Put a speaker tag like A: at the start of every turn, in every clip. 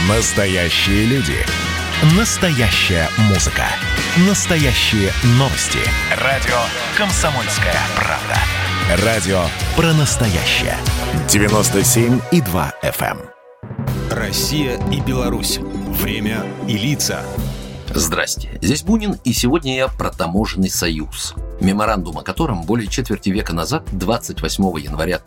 A: Настоящие люди. Настоящая музыка. Настоящие новости. Радио «Комсомольская правда». Радио про настоящее. 97,2 FM.
B: Россия и Беларусь. Время и лица.
C: Здрасте, здесь Бунин, и сегодня я про таможенный союз. Меморандум о котором более четверти века назад, 28 января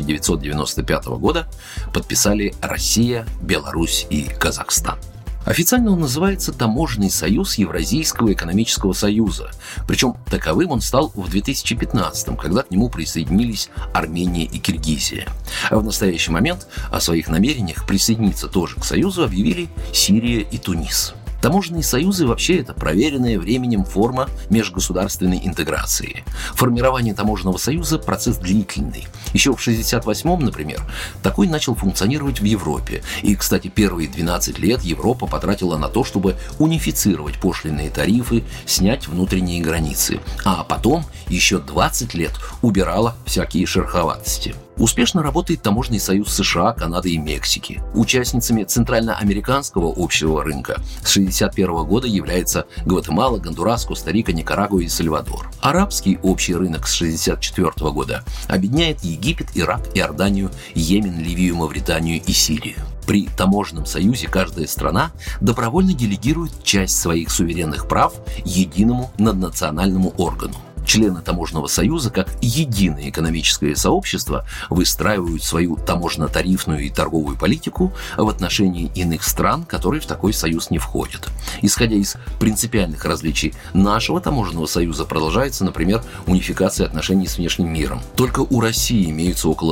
C: 1995 года, подписали Россия, Беларусь и Казахстан. Официально он называется Таможенный союз Евразийского экономического союза. Причем таковым он стал в 2015-м, когда к нему присоединились Армения и Киргизия. А в настоящий момент о своих намерениях присоединиться тоже к союзу объявили Сирия и Тунис. Таможенные союзы вообще это проверенная временем форма межгосударственной интеграции. Формирование таможенного союза – процесс длительный. Еще в 1968-м, например, такой начал функционировать в Европе. И, кстати, первые 12 лет Европа потратила на то, чтобы унифицировать пошлинные тарифы, снять внутренние границы. А потом еще 20 лет убирала всякие шероховатости. Успешно работает таможенный союз США, Канады и Мексики. Участницами Центральноамериканского общего рынка с 1961 года являются Гватемала, Гондурас, Коста-Рика, Никарагуа и Сальвадор. Арабский общий рынок с 1964 года объединяет Египет, Ирак, Иорданию, Йемен, Ливию, Мавританию и Сирию. При таможенном союзе каждая страна добровольно делегирует часть своих суверенных прав единому наднациональному органу. Члены таможенного союза, как единое экономическое сообщество, выстраивают свою таможенно-тарифную и торговую политику в отношении иных стран, которые в такой союз не входят. Исходя из принципиальных различий нашего таможенного союза, продолжается, например, унификация отношений с внешним миром. Только у России имеются около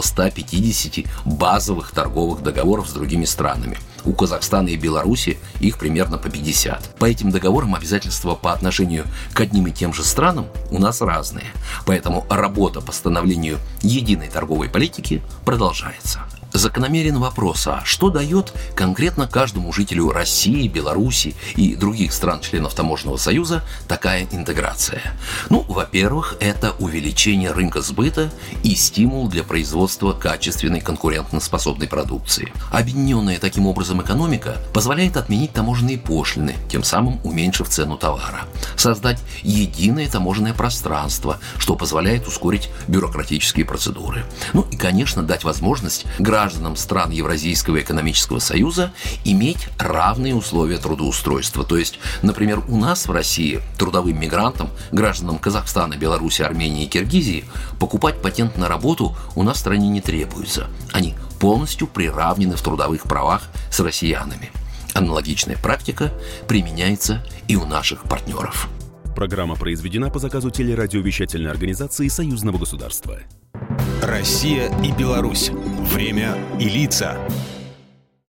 C: 150 базовых торговых договоров с другими странами. У Казахстана и Беларуси их примерно по 50. По этим договорам обязательства по отношению к одним и тем же странам у нас разные. Поэтому работа по становлению единой торговой политики продолжается. Закономерен вопрос, а что дает конкретно каждому жителю России, Беларуси и других стран-членов Таможенного союза такая интеграция? Во-первых, это увеличение рынка сбыта и стимул для производства качественной конкурентоспособной продукции. Объединенная таким образом экономика позволяет отменить таможенные пошлины, тем самым уменьшив цену товара. Создать единое таможенное пространство, что позволяет ускорить бюрократические процедуры. И, конечно, дать возможность гражданам стран Евразийского экономического союза иметь равные условия трудоустройства. То есть, например, у нас в России трудовым мигрантам, гражданам Казахстана, Беларуси, Армении и Киргизии покупать патент на работу у нас в стране не требуется. Они полностью приравнены в трудовых правах с россиянами. Аналогичная практика применяется и у наших партнеров.
B: Программа произведена по заказу телерадиовещательной организации Союзного государства. Россия и Беларусь. Время и лица.